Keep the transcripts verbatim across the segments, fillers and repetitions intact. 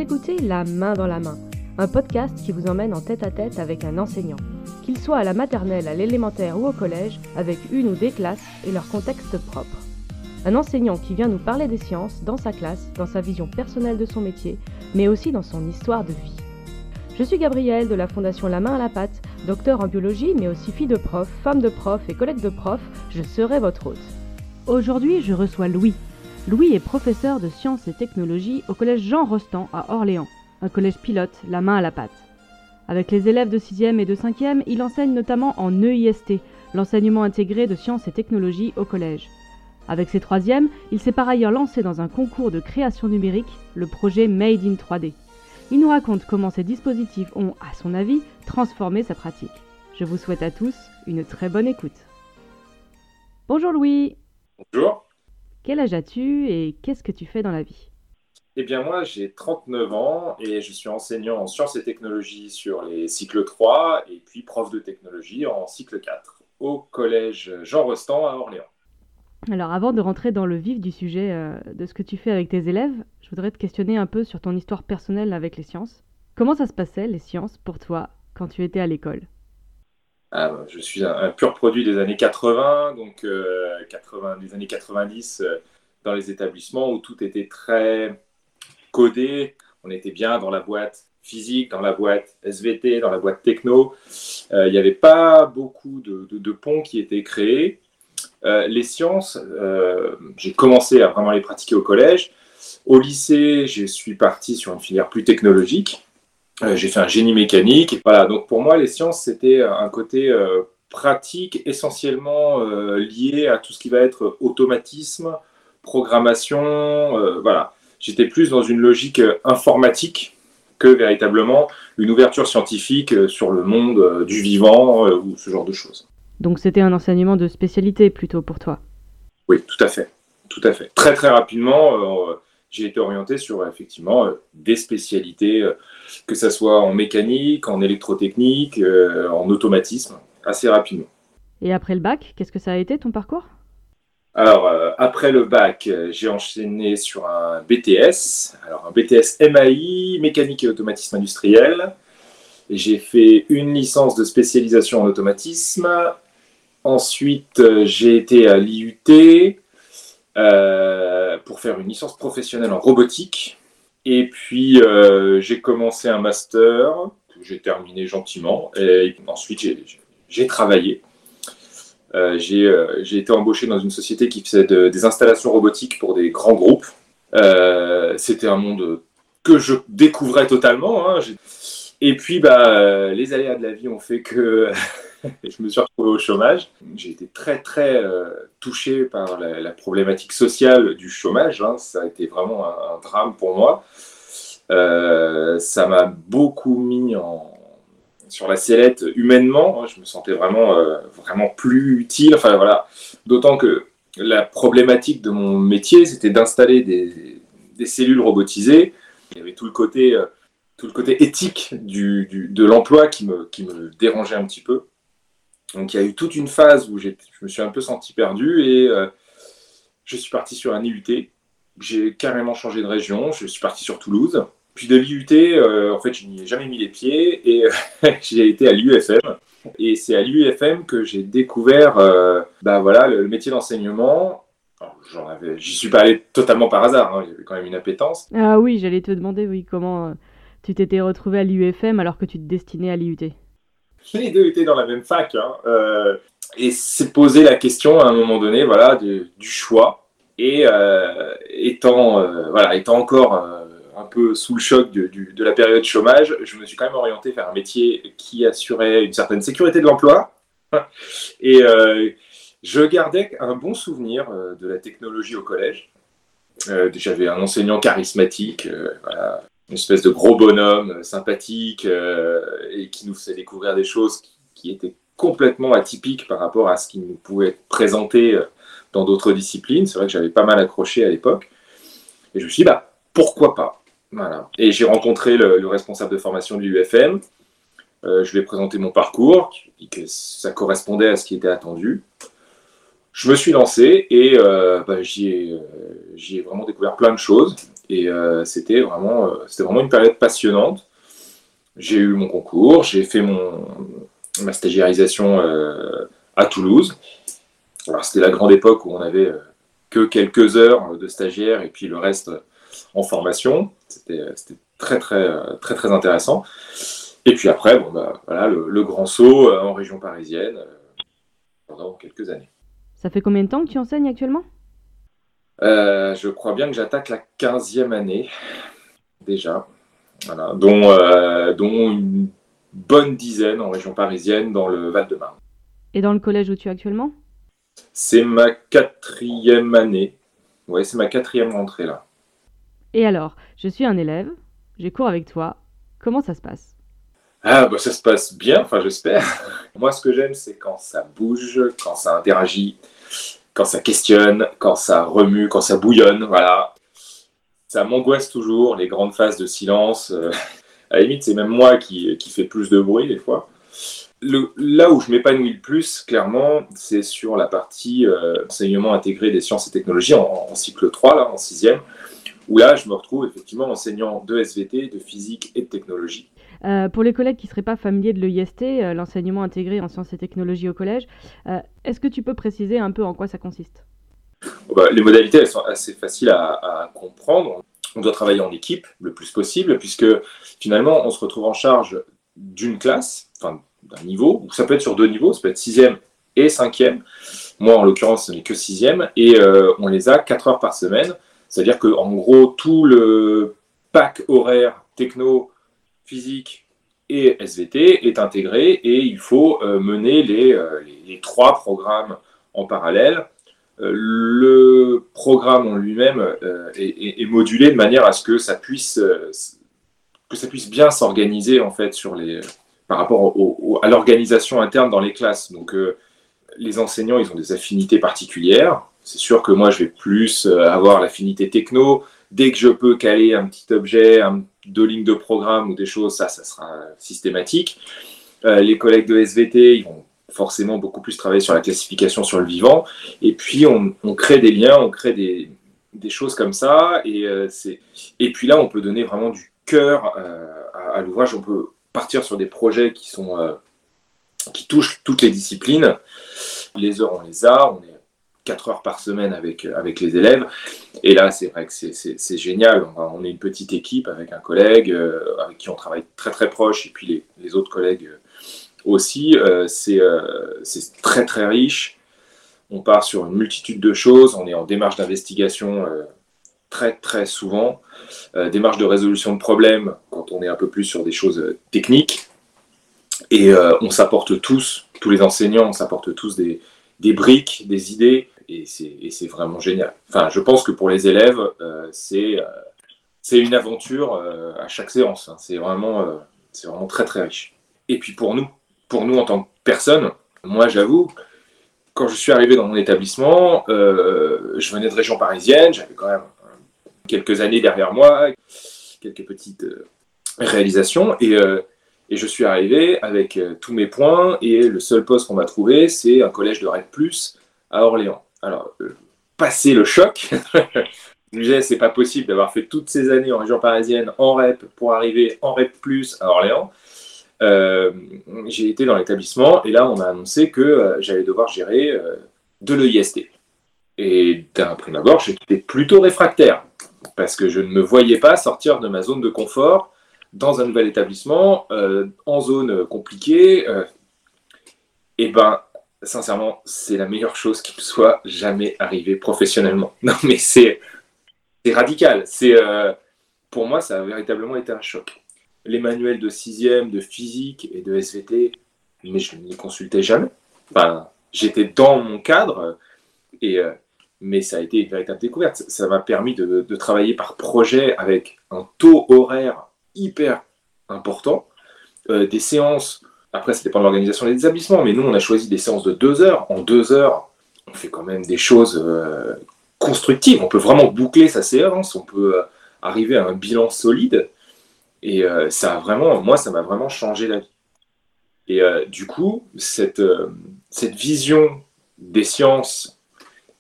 écoutez La main dans la main, un podcast qui vous emmène en tête-à-tête avec un enseignant. Qu'il soit à la maternelle, à l'élémentaire ou au collège, avec une ou des classes et leur contexte propre. Un enseignant qui vient nous parler des sciences dans sa classe, dans sa vision personnelle de son métier, mais aussi dans son histoire de vie. Je suis Gabrielle de la Fondation La main à la pâte, docteur en biologie, mais aussi fille de prof, femme de prof et collègue de prof, je serai votre hôte. Aujourd'hui, je reçois Louis. Louis est professeur de sciences et technologies au collège Jean Rostand à Orléans, un collège pilote, la main à la pâte. Avec les élèves de sixième et de cinquième, il enseigne notamment en E I S T, l'enseignement intégré de sciences et technologies au collège. Avec ses troisièmes, il s'est par ailleurs lancé dans un concours de création numérique, le projet Made in trois D. Il nous raconte comment ces dispositifs ont, à son avis, transformé sa pratique. Je vous souhaite à tous une très bonne écoute. Bonjour Louis. Bonjour. Quel âge as-tu et qu'est-ce que tu fais dans la vie ? Eh bien moi j'ai trente-neuf ans et je suis enseignant en sciences et technologies sur les cycles trois et puis prof de technologie en cycle quatre au collège Jean Rostand à Orléans. Alors avant de rentrer dans le vif du sujet euh, de ce que tu fais avec tes élèves, je voudrais te questionner un peu sur ton histoire personnelle avec les sciences. Comment ça se passait les sciences pour toi quand tu étais à l'école ? Ah, bah, je suis un, un pur produit des années quatre-vingts, donc euh, quatre-vingts, des années quatre-vingt-dix euh, dans les établissements où tout était très codé. On était bien dans la boîte physique, dans la boîte S V T, dans la boîte techno. Euh, il n'y avait pas beaucoup de, de, de ponts qui étaient créés. Euh, les sciences, euh, j'ai commencé à vraiment les pratiquer au collège. Au lycée, je suis parti sur une filière plus technologique. Euh, j'ai fait un génie mécanique. Voilà, donc pour moi, les sciences, c'était un côté euh, pratique, essentiellement euh, lié à tout ce qui va être automatisme, programmation. Euh, voilà, j'étais plus dans une logique euh, informatique que véritablement une ouverture scientifique euh, sur le monde euh, du vivant euh, ou ce genre de choses. Donc c'était un enseignement de spécialité plutôt pour toi ? Oui, tout à fait, tout à fait. Très très rapidement. Euh, J'ai été orienté sur effectivement euh, des spécialités, euh, que ce soit en mécanique, en électrotechnique, euh, en automatisme, assez rapidement. Et après le bac, qu'est-ce que ça a été ton parcours ? Alors, euh, après le bac, euh, j'ai enchaîné sur un B T S, alors un B T S M A I, mécanique et automatisme industriel. J'ai fait une licence de spécialisation en automatisme. Ensuite, euh, j'ai été à l'I U T. Euh, pour faire une licence professionnelle en robotique. Et puis, euh, j'ai commencé un master que j'ai terminé gentiment. Et ensuite, j'ai, j'ai travaillé. Euh, j'ai, euh, j'ai été embauché dans une société qui faisait de, des installations robotiques pour des grands groupes. Euh, c'était un monde que je découvrais totalement. Hein. Et puis, bah, les aléas de la vie ont fait que je me suis retrouvé au chômage. J'ai été très, très euh, touché par la, la problématique sociale du chômage. Hein. Ça a été vraiment un, un drame pour moi. Euh, ça m'a beaucoup mis en, sur la sellette humainement. Hein. Je me sentais vraiment, euh, vraiment plus utile. Enfin, voilà. D'autant que la problématique de mon métier, c'était d'installer des, des cellules robotisées. Il y avait tout le côté, euh, tout le côté éthique du, du, de l'emploi qui me, qui me dérangeait un petit peu. Donc il y a eu toute une phase où j'ai, je me suis un peu senti perdu et euh, je suis parti sur un I U T. J'ai carrément changé de région, je suis parti sur Toulouse. Puis de l'I U T, euh, en fait, je n'y ai jamais mis les pieds et euh, j'ai été à l'I U F M. Et c'est à l'I U F M que j'ai découvert euh, bah, voilà, le, le métier d'enseignement. Alors, j'en avais, j'y suis pas allé totalement par hasard, hein, il y avait quand même une appétence. Ah oui, j'allais te demander oui, comment euh, tu t'étais retrouvé à l'I U F M alors que tu te destinais à l'I U T. Les deux étaient dans la même fac, hein, euh, et s'est posé la question à un moment donné, voilà, de, du choix. Et euh, étant, euh, voilà, étant encore euh, un peu sous le choc de, du, de la période chômage, je me suis quand même orienté vers un métier qui assurait une certaine sécurité de l'emploi. Et euh, je gardais un bon souvenir euh, de la technologie au collège. Euh, j'avais un enseignant charismatique, euh, voilà. Une espèce de gros bonhomme euh, sympathique euh, et qui nous faisait découvrir des choses qui, qui étaient complètement atypiques par rapport à ce qui nous pouvait être présenté euh, dans d'autres disciplines. C'est vrai que j'avais pas mal accroché à l'époque. Et je me suis dit, bah, pourquoi pas ? Voilà. Et j'ai rencontré le, le responsable de formation de l'I U F M. Euh, je lui ai présenté mon parcours, et que ça correspondait à ce qui était attendu. je me suis lancé et euh, bah, j'y, ai, euh, j'y ai vraiment découvert plein de choses. Et euh, c'était, vraiment, euh, c'était vraiment une période passionnante. J'ai eu mon concours, j'ai fait mon, ma stagiairisation euh, à Toulouse. Alors, c'était la grande époque où on avait euh, que quelques heures de stagiaire et puis le reste euh, en formation. C'était, c'était très, très, très, très intéressant. Et puis après, bon, bah, voilà, le, le grand saut euh, en région parisienne euh, pendant quelques années. Ça fait combien de temps que tu enseignes actuellement ? euh, Je crois bien que j'attaque la quinzième année déjà, voilà, dont, euh, dont une bonne dizaine en région parisienne dans le Val-de-Marne. Et dans le collège où tu es actuellement ? C'est ma quatrième année. Ouais, c'est ma quatrième rentrée là. Et alors, je suis un élève, j'ai cours avec toi, comment ça se passe ? Ah, bah ça se passe bien, enfin j'espère. Moi, ce que j'aime, c'est quand ça bouge, quand ça interagit, quand ça questionne, quand ça remue, quand ça bouillonne, voilà. Ça m'angoisse toujours, les grandes phases de silence. Euh, à la limite, c'est même moi qui, qui fais plus de bruit des fois. Le, là où je m'épanouis le plus, clairement, c'est sur la partie euh, enseignement intégré des sciences et technologies en, en cycle trois, là, en sixième, où là, je me retrouve effectivement enseignant de S V T, de physique et de technologie. Euh, pour les collègues qui ne seraient pas familiers de l'E I S T, euh, l'enseignement intégré en sciences et technologies au collège, euh, est-ce que tu peux préciser un peu en quoi ça consiste ? Bah, les modalités, elles sont assez faciles à, à comprendre. On doit travailler en équipe le plus possible, puisque finalement, on se retrouve en charge d'une classe, enfin d'un niveau, ou ça peut être sur deux niveaux, ça peut être sixième et cinquième. Moi, en l'occurrence, ce n'est que sixième, et euh, on les a quatre heures par semaine. C'est-à-dire qu'en gros, tout le pack horaire techno, physique et S V T est intégré, et il faut euh, mener les, euh, les, les trois programmes en parallèle. Euh, le programme en lui-même euh, est, est, est modulé de manière à ce que ça puisse, euh, que ça puisse bien s'organiser en fait sur les, par rapport au, au, à l'organisation interne dans les classes. Donc, euh, les enseignants, ils ont des affinités particulières. C'est sûr que moi, je vais plus euh, avoir l'affinité techno. Dès que je peux caler un petit objet, un, deux lignes de programme ou des choses, ça, ça sera systématique. Euh, les collègues de S V T, ils vont forcément beaucoup plus travailler sur la classification sur le vivant. Et puis, on, on crée des liens, on crée des, des choses comme ça. Et, euh, c'est... et puis là, on peut donner vraiment du cœur euh, à, à l'ouvrage. On peut partir sur des projets qui, sont, euh, qui touchent toutes les disciplines. Les heures, on les a. On est quatre heures par semaine avec, avec les élèves. Et là, c'est vrai que c'est, c'est, c'est génial. On, on est une petite équipe avec un collègue euh, avec qui on travaille très, très proche. Et puis, les, les autres collègues euh, aussi. Euh, c'est, euh, c'est très, très riche. On part sur une multitude de choses. On est en démarche d'investigation euh, très, très souvent. Euh, démarche de résolution de problèmes quand on est un peu plus sur des choses techniques. Et euh, on s'apporte tous, tous les enseignants, on s'apporte tous des, des briques, des idées. Et c'est, et c'est vraiment génial. Enfin, je pense que pour les élèves, euh, c'est, euh, c'est une aventure euh, à chaque séance. Hein. C'est vraiment, euh, c'est vraiment très, très riche. Et puis pour nous, pour nous en tant que personne, moi, j'avoue, quand je suis arrivé dans mon établissement, euh, je venais de région parisienne, j'avais quand même quelques années derrière moi, quelques petites euh, réalisations, et, euh, et je suis arrivé avec euh, tous mes points, et le seul poste qu'on m'a trouvé, c'est un collège de REP plus, à Orléans. Alors, euh, passé le choc, je me disais, c'est pas possible d'avoir fait toutes ces années en région parisienne, en REP, pour arriver en REP plus à Orléans. Euh, j'ai été dans l'établissement et là on m'a annoncé que euh, j'allais devoir gérer euh, de l'E I S T. Et d'un prime abord, j'étais plutôt réfractaire parce que je ne me voyais pas sortir de ma zone de confort dans un nouvel établissement, euh, en zone compliquée. Euh, et ben, sincèrement, c'est la meilleure chose qui me soit jamais arrivée professionnellement. Non, mais c'est, c'est radical. C'est, euh, pour moi, ça a véritablement été un choc. Les manuels de sixième, de physique et de S V T, mais je ne les consultais jamais. Enfin, j'étais dans mon cadre, et, euh, mais ça a été une véritable découverte. Ça, ça m'a permis de, de travailler par projet avec un taux horaire hyper important. Euh, des séances, après ça dépend de l'organisation des établissements, mais nous on a choisi des séances de deux heures. En deux heures, on fait quand même des choses euh, constructives. On peut vraiment boucler sa séance, on peut euh, arriver à un bilan solide. Et euh, ça a vraiment, moi, ça m'a vraiment changé la vie. Et euh, du coup, cette, euh, cette vision des sciences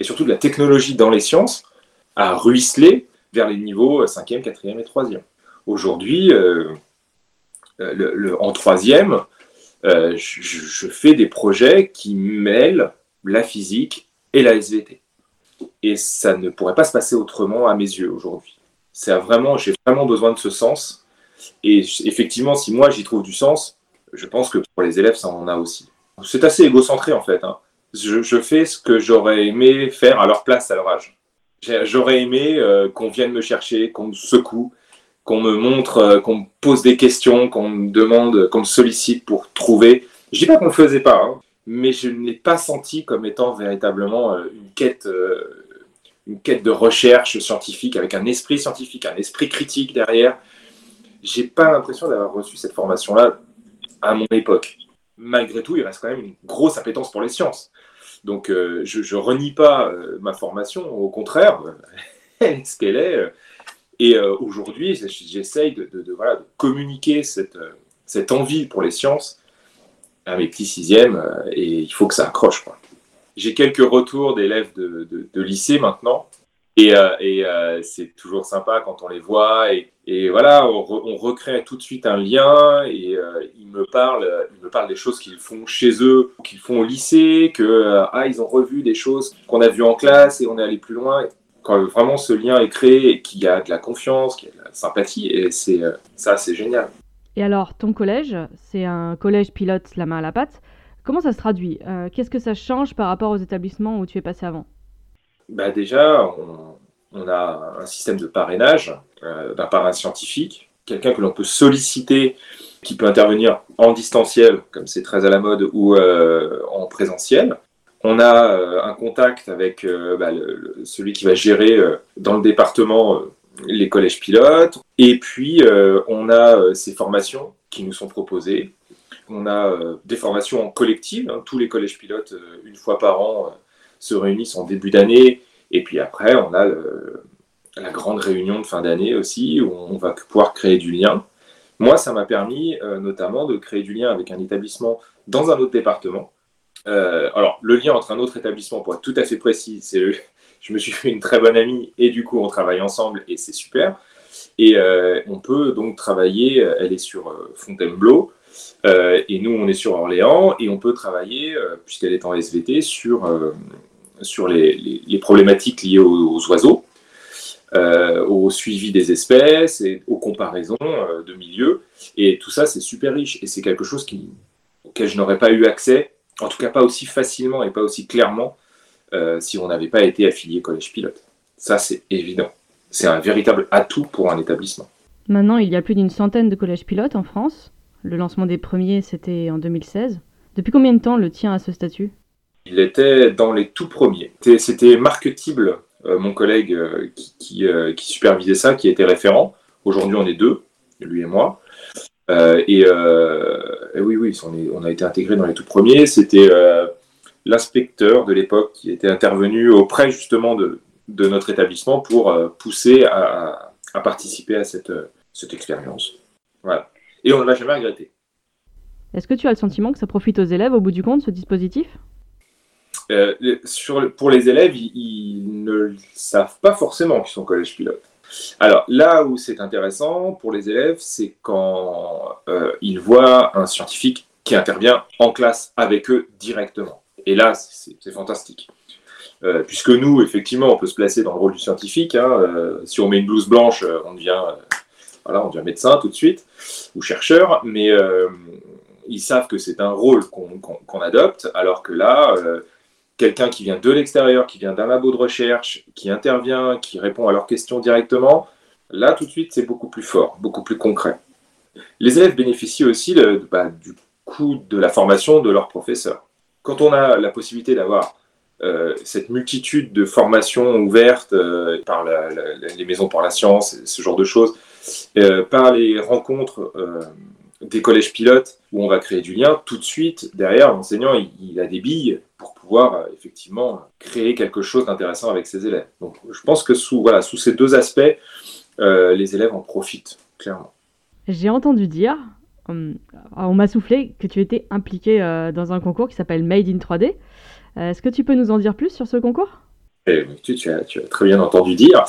et surtout de la technologie dans les sciences a ruisselé vers les niveaux cinquième, quatrième et troisième. Aujourd'hui, euh, le, le, en troisième, euh, je, je fais des projets qui mêlent la physique et la S V T. Et ça ne pourrait pas se passer autrement à mes yeux aujourd'hui. C'est vraiment, j'ai vraiment besoin de ce sens. Et effectivement, si moi j'y trouve du sens, je pense que pour les élèves, ça en a aussi. C'est assez égocentré en fait. Hein. Je, je fais ce que j'aurais aimé faire à leur place, à leur âge. J'aurais aimé euh, qu'on vienne me chercher, qu'on me secoue, qu'on me montre, euh, qu'on me pose des questions, qu'on me demande, qu'on me sollicite pour trouver. Je dis pas qu'on le faisait pas, hein, mais je ne l'ai pas senti comme étant véritablement euh, une quête, euh, une quête de recherche scientifique avec un esprit scientifique, un esprit critique derrière. J'ai pas l'impression d'avoir reçu cette formation-là à mon époque. Malgré tout, il reste quand même une grosse appétence pour les sciences. Donc, euh, je ne renie pas euh, ma formation, au contraire, elle est ce qu'elle est. Euh, et euh, aujourd'hui, j'essaye de, de, de, voilà, de communiquer cette, euh, cette envie pour les sciences à mes petits sixièmes, euh, et il faut que ça accroche, quoi. J'ai quelques retours d'élèves de, de, de lycée maintenant, et, euh, et euh, c'est toujours sympa quand on les voit, et, et voilà, on, re, on recrée tout de suite un lien, et euh, ils me parlent, ils me parlent des choses qu'ils font chez eux, qu'ils font au lycée, que euh, ah, ils ont revu des choses qu'on a vues en classe, et on est allé plus loin. Quand vraiment ce lien est créé, et qu'il y a de la confiance, qu'il y a de la sympathie, et c'est, euh, ça, c'est génial. Et alors, ton collège, c'est un collège pilote la main à la pâte. Comment ça se traduit ? euh, Qu'est-ce que ça change par rapport aux établissements où tu es passé avant ? Bah déjà, on, on a un système de parrainage, euh, d'un parrain scientifique, quelqu'un que l'on peut solliciter, qui peut intervenir en distanciel, comme c'est très à la mode, ou euh, en présentiel. On a euh, un contact avec euh, bah, le, le, celui qui va gérer euh, dans le département euh, les collèges pilotes. Et puis, euh, on a euh, ces formations qui nous sont proposées. On a euh, des formations en collective. Hein, tous les collèges pilotes, euh, une fois par an, euh, se réunissent en début d'année. Et puis après, on a le, la grande réunion de fin d'année aussi, où on va pouvoir créer du lien. Moi, ça m'a permis euh, notamment de créer du lien avec un établissement dans un autre département. Euh, alors, le lien entre un autre établissement, pour être tout à fait précis, c'est le... je me suis fait une très bonne amie et du coup, on travaille ensemble et c'est super. Et euh, on peut donc travailler, elle est sur euh, Fontainebleau euh, et nous, on est sur Orléans et on peut travailler, euh, puisqu'elle est en S V T, sur, euh, sur les, les, les problématiques liées aux, aux oiseaux, euh, au suivi des espèces et aux comparaisons euh, de milieux. Et tout ça, c'est super riche et c'est quelque chose qui, auquel je n'aurais pas eu accès, en tout cas pas aussi facilement et pas aussi clairement, euh, si on n'avait pas été affilié collège pilote. Ça, c'est évident. C'est un véritable atout pour un établissement. Maintenant, il y a plus d'une centaine de collèges pilotes en France. Le lancement des premiers, c'était en deux mille seize. Depuis combien de temps le tien a ce statut ? Il était dans les tout premiers. C'était Marc Tible, euh, mon collègue euh, qui, qui, euh, qui supervisait ça, qui était référent. Aujourd'hui, on est deux, lui et moi. Euh, et, euh, et oui, oui, on, est, on a été intégrés dans les tout premiers. C'était euh, l'inspecteur de l'époque qui était intervenu auprès justement de, de notre établissement pour euh, pousser à, à participer à cette, cette expérience. Voilà. Et on ne l'a jamais regretté. Est-ce que tu as le sentiment que ça profite aux élèves au bout du compte, ce dispositif ? euh, sur, Pour les élèves, ils, ils ne savent pas forcément qu'ils sont collège pilote. Alors là où c'est intéressant pour les élèves, c'est quand euh, ils voient un scientifique qui intervient en classe avec eux directement. Et là, c'est, c'est fantastique. Euh, puisque nous, effectivement, on peut se placer dans le rôle du scientifique. Hein, euh, si on met une blouse blanche, on devient, euh, voilà, on devient médecin tout de suite, ou chercheur. Mais euh, ils savent que c'est un rôle qu'on, qu'on, qu'on adopte, alors que là... Euh, quelqu'un qui vient de l'extérieur, qui vient d'un labo de recherche, qui intervient, qui répond à leurs questions directement, là, tout de suite, c'est beaucoup plus fort, beaucoup plus concret. Les élèves bénéficient aussi de, bah, du coût de la formation de leurs professeurs. Quand on a la possibilité d'avoir euh, cette multitude de formations ouvertes euh, par la, la, les maisons pour la science, ce genre de choses, euh, par les rencontres euh, des collèges pilotes, où on va créer du lien, tout de suite, derrière, l'enseignant, il, il a des billes pour pouvoir euh, effectivement créer quelque chose d'intéressant avec ses élèves. Donc je pense que sous, voilà, sous ces deux aspects, euh, les élèves en profitent, clairement. J'ai entendu dire, hum, on m'a soufflé que tu étais impliqué euh, dans un concours qui s'appelle Made in trois D. Euh, est-ce que tu peux nous en dire plus sur ce concours ? Et tu, tu, as, tu as très bien entendu dire.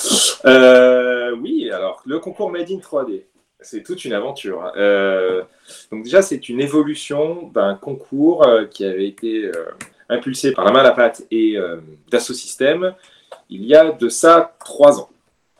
Euh, oui, alors, le concours Made in trois D, c'est toute une aventure. Euh, donc déjà, c'est une évolution d'un concours euh, qui avait été euh, impulsé par La Main à la Pâte et euh, Dassault Systèmes il y a de ça trois ans.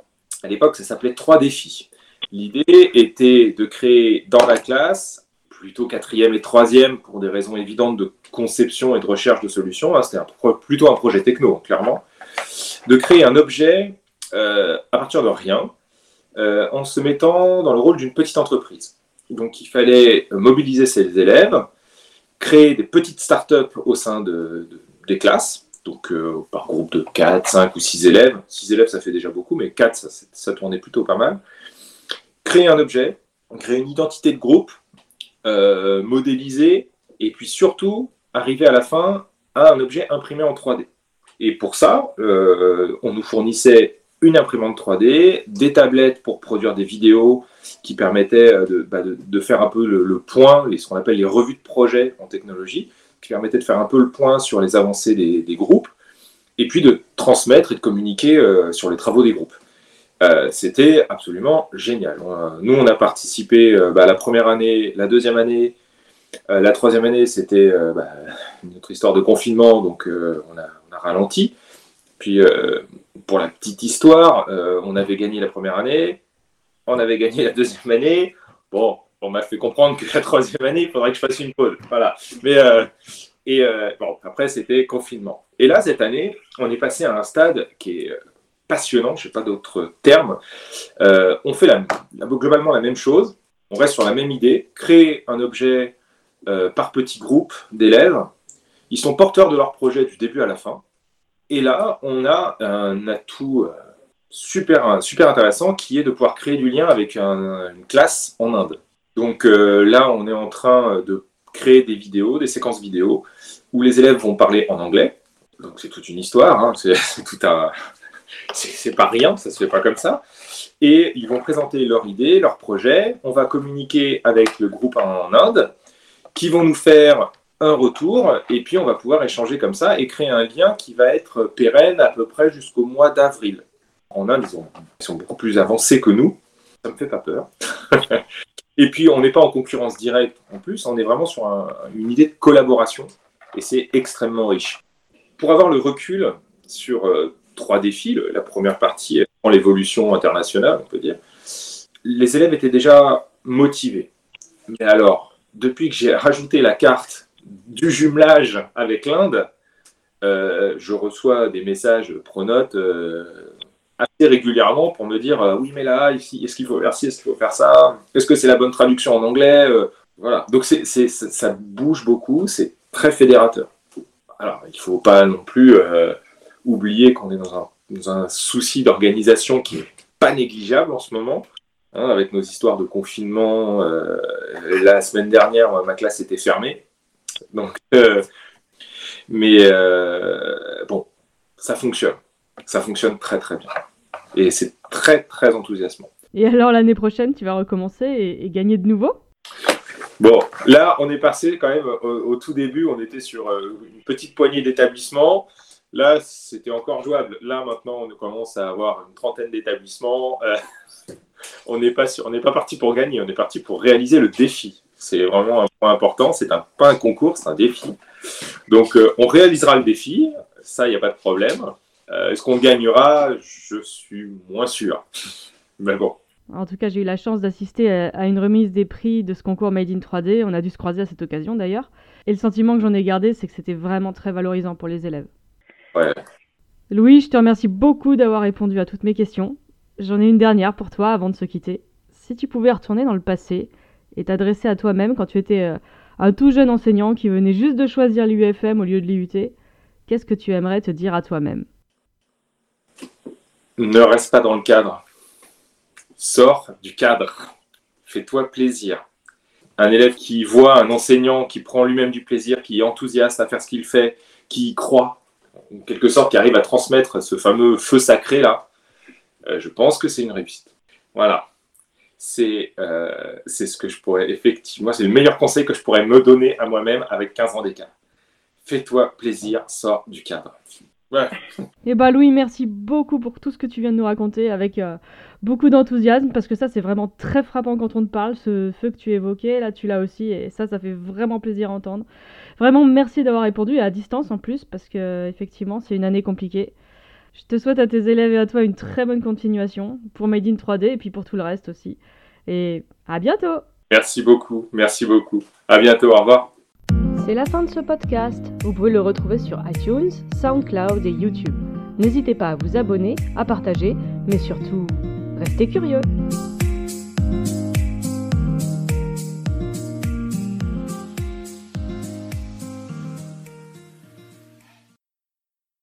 À l'époque, ça s'appelait trois défis. L'idée était de créer dans la classe, plutôt quatrième et troisième, pour des raisons évidentes de conception et de recherche de solutions, hein, c'était un, plutôt un projet techno, clairement, de créer un objet euh, à partir de rien, euh, en se mettant dans le rôle d'une petite entreprise. Donc il fallait mobiliser ses élèves, créer des petites startups au sein de, de, des classes, donc euh, par groupe de quatre, cinq ou six élèves. six élèves, ça fait déjà beaucoup, mais quatre, ça, ça tournait plutôt pas mal. Créer un objet, créer une identité de groupe, euh, modéliser, et puis surtout, arriver à la fin à un objet imprimé en trois D. Et pour ça, euh, on nous fournissait une imprimante trois D, des tablettes pour produire des vidéos qui permettaient de, bah, de, de faire un peu le, le point, les, ce qu'on appelle les revues de projet en technologie, qui permettaient de faire un peu le point sur les avancées des, des groupes, et puis de transmettre et de communiquer euh, sur les travaux des groupes. Euh, c'était absolument génial. Euh, nous, on a participé euh, bah, la première année, la deuxième année, euh, la troisième année, c'était euh, bah, notre histoire de confinement, donc euh, on, a, on a ralenti. Puis, euh, pour la petite histoire, euh, on avait gagné la première année, on avait gagné la deuxième année. Bon, on m'a fait comprendre que la troisième année, il faudrait que je fasse une pause. Voilà. Mais, euh, et euh, bon, après, c'était confinement. Et là, cette année, on est passé à un stade qui est passionnant, je ne sais pas d'autres termes. Euh, on fait la, la, globalement la même chose, on reste sur la même idée, créer un objet euh, par petits groupes d'élèves. Ils sont porteurs de leur projet du début à la fin. Et là, on a un atout euh, super, super intéressant qui est de pouvoir créer du lien avec un, une classe en Inde. Donc euh, là, on est en train de créer des vidéos, des séquences vidéo, où les élèves vont parler en anglais. Donc c'est toute une histoire, hein, c'est, c'est tout un... C'est, c'est pas rien, ça se fait pas comme ça. Et ils vont présenter leur idée, leur projet. On va communiquer avec le groupe en Inde, qui vont nous faire un retour, et puis on va pouvoir échanger comme ça et créer un lien qui va être pérenne à peu près jusqu'au mois d'avril. En Inde, ils, ont, ils sont beaucoup plus avancés que nous. Ça me fait pas peur. Et puis, on n'est pas en concurrence directe en plus, on est vraiment sur un, une idée de collaboration, et c'est extrêmement riche. Pour avoir le recul sur euh, trois défis, la première partie en l'évolution internationale, on peut dire, les élèves étaient déjà motivés. Mais alors, depuis que j'ai rajouté la carte du jumelage avec l'Inde, euh, je reçois des messages Pronote euh, assez régulièrement pour me dire euh, oui mais là ici est-ce qu'il faut faire ci, est-ce qu'il faut faire ça, est-ce que c'est la bonne traduction en anglais, euh, voilà. Donc c'est, c'est, ça bouge beaucoup, c'est très fédérateur. Alors il ne faut pas non plus euh, oublier qu'on est dans un, dans un souci d'organisation qui n'est pas négligeable en ce moment. Hein, avec nos histoires de confinement, euh, la semaine dernière, ma classe était fermée. Donc, euh, mais euh, bon, ça fonctionne. Ça fonctionne très très bien. Et c'est très très enthousiasmant. Et alors l'année prochaine, tu vas recommencer et, et gagner de nouveau ? Bon, là, on est passé quand même, au, au tout début, on était sur euh, une petite poignée d'établissements. Là, c'était encore jouable. Là, maintenant, on commence à avoir une trentaine d'établissements. Euh, on n'est pas, sur, on n'est pas parti pour gagner, on est parti pour réaliser le défi. C'est vraiment un point important. C'est un, pas un concours, c'est un défi. Donc, euh, on réalisera le défi. Ça, il n'y a pas de problème. Euh, est-ce qu'on gagnera ? Je suis moins sûr. Mais bon. En tout cas, j'ai eu la chance d'assister à une remise des prix de ce concours Made in trois D. On a dû se croiser à cette occasion, d'ailleurs. Et le sentiment que j'en ai gardé, c'est que c'était vraiment très valorisant pour les élèves. Ouais. Louis, je te remercie beaucoup d'avoir répondu à toutes mes questions. J'en ai une dernière pour toi avant de se quitter. Si tu pouvais retourner dans le passé et t'adresser à toi-même quand tu étais un tout jeune enseignant qui venait juste de choisir l'U F M au lieu de l'I U T, qu'est-ce que tu aimerais te dire à toi-même ? Ne reste pas dans le cadre. Sors du cadre. Fais-toi plaisir. Un élève qui voit un enseignant qui prend lui-même du plaisir, qui est enthousiaste à faire ce qu'il fait, qui y croit, en quelque sorte, qui arrive à transmettre ce fameux feu sacré là, euh, je pense que c'est une réussite. Voilà. C'est, euh, c'est ce que je pourrais effectivement, c'est le meilleur conseil que je pourrais me donner à moi-même avec quinze ans d'écart. Fais-toi plaisir, sors du cadre. Ouais. Et bah Louis, merci beaucoup pour tout ce que tu viens de nous raconter avec euh, beaucoup d'enthousiasme, parce que ça c'est vraiment très frappant quand on te parle, ce feu que tu évoquais, là tu l'as aussi, et ça ça fait vraiment plaisir à entendre. Vraiment merci d'avoir répondu, et à distance en plus, parce que effectivement c'est une année compliquée. Je te souhaite à tes élèves et à toi une très bonne continuation pour Made in trois D et puis pour tout le reste aussi. Et à bientôt! Merci beaucoup, merci beaucoup. À bientôt, au revoir. C'est la fin de ce podcast. Vous pouvez le retrouver sur iTunes, SoundCloud et YouTube. N'hésitez pas à vous abonner, à partager, mais surtout, restez curieux.